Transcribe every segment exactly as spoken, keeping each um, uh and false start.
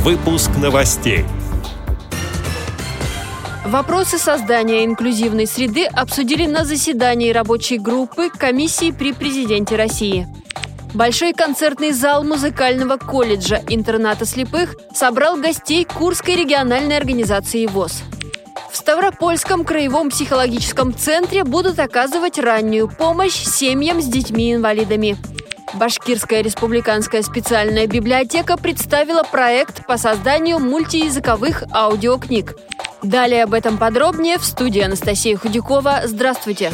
Выпуск новостей. Вопросы создания инклюзивной среды обсудили на заседании рабочей группы комиссии при президенте России. Большой концертный зал музыкального колледжа интерната слепых собрал гостей Курской региональной организации ВОС. В Ставропольском краевом психологическом центре будут оказывать раннюю помощь семьям с детьми-инвалидами. Башкирская республиканская специальная библиотека представила проект по созданию мультиязыковых аудиокниг. Далее об этом подробнее в студии Анастасия Худякова. Здравствуйте!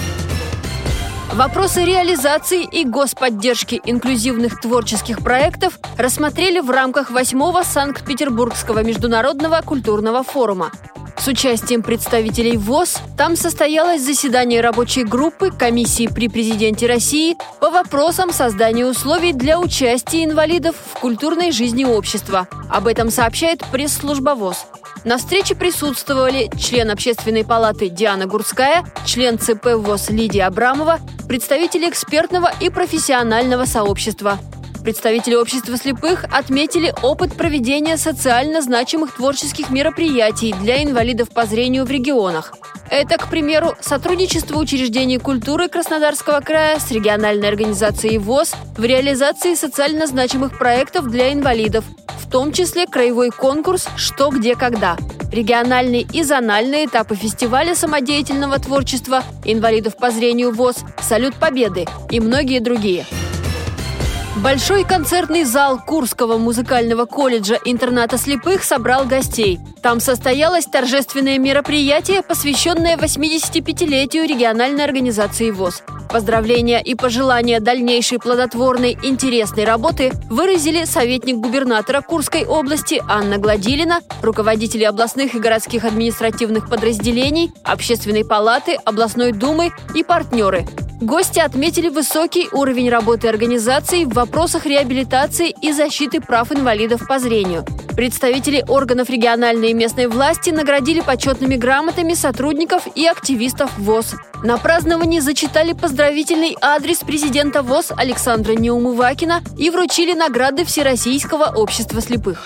Вопросы реализации и господдержки инклюзивных творческих проектов рассмотрели в рамках восьмого Санкт-Петербургского международного культурного форума. С участием представителей ВОС там состоялось заседание рабочей группы комиссии при президенте России по вопросам создания условий для участия инвалидов в культурной жизни общества. Об этом сообщает пресс-служба ВОС. На встрече присутствовали член Общественной палаты Диана Гурская, член ЦП ВОС Лидия Абрамова, представители экспертного и профессионального сообщества. Представители общества слепых отметили опыт проведения социально значимых творческих мероприятий для инвалидов по зрению в регионах. Это, к примеру, сотрудничество учреждений культуры Краснодарского края с региональной организацией ВОС в реализации социально значимых проектов для инвалидов, в том числе краевой конкурс «Что, где, когда», региональные и зональные этапы фестиваля самодеятельного творчества инвалидов по зрению ВОС «Салют Победы» и многие другие. Большой концертный зал Курского музыкального колледжа интерната слепых собрал гостей. Там состоялось торжественное мероприятие, посвященное восьмидесятипятилетию региональной организации ВОС. Поздравления и пожелания дальнейшей плодотворной, интересной работы выразили советник губернатора Курской области Анна Гладилина, руководители областных и городских административных подразделений, Общественной палаты, областной думы и партнеры. Гости отметили высокий уровень работы организации в вопросах реабилитации и защиты прав инвалидов по зрению. Представители органов региональной и местной власти наградили почетными грамотами сотрудников и активистов ВОС. На праздновании зачитали поздравительный адрес президента ВОС Александра Неумывакина и вручили награды Всероссийского общества слепых.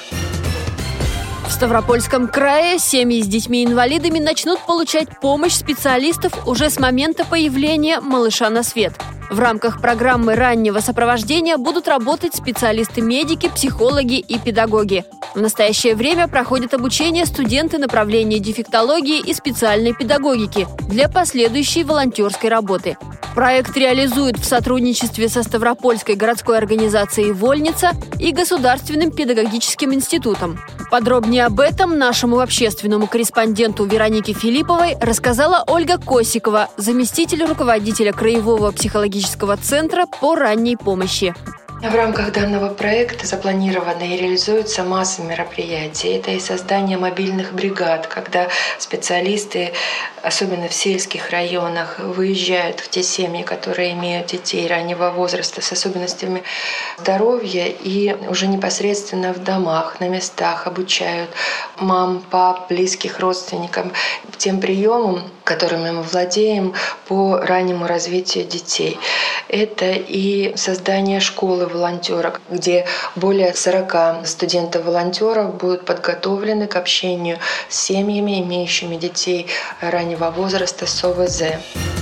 В Ставропольском крае семьи с детьми-инвалидами начнут получать помощь специалистов уже с момента появления малыша на свет. В рамках программы раннего сопровождения будут работать специалисты-медики, психологи и педагоги. В настоящее время проходят обучение студенты направления дефектологии и специальной педагогики для последующей волонтерской работы. Проект реализуют в сотрудничестве со Ставропольской городской организацией «Вольница» и Государственным педагогическим институтом. Подробнее об этом нашему общественному корреспонденту Веронике Филипповой рассказала Ольга Косикова, заместитель руководителя Краевого психологического центра по ранней помощи. В рамках данного проекта запланировано и реализуется масса мероприятий. Это и создание мобильных бригад, когда специалисты, особенно в сельских районах, выезжают в те семьи, которые имеют детей раннего возраста с особенностями здоровья, и уже непосредственно в домах, на местах обучают мам, пап, близких родственников тем приемам, которыми мы владеем по раннему развитию детей. Это и создание школы волонтеров, где более сорока студентов-волонтеров будут подготовлены к общению с семьями, имеющими детей раннего возраста с о вэ зэ.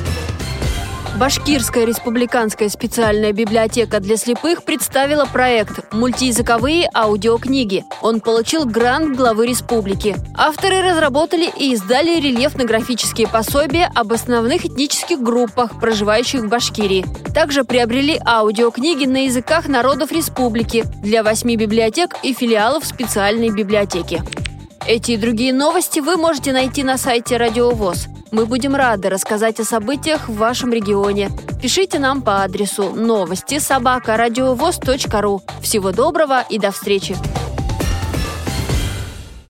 Башкирская республиканская специальная библиотека для слепых представила проект «Мультиязыковые аудиокниги». Он получил грант главы республики. Авторы разработали и издали рельефно-графические пособия об основных этнических группах, проживающих в Башкирии. Также приобрели аудиокниги на языках народов республики для восьми библиотек и филиалов специальной библиотеки. Эти и другие новости вы можете найти на сайте Радио ВОС. Мы будем рады рассказать о событиях в вашем регионе. Пишите нам по адресу новости собака радиовос точка ру. Всего доброго и до встречи!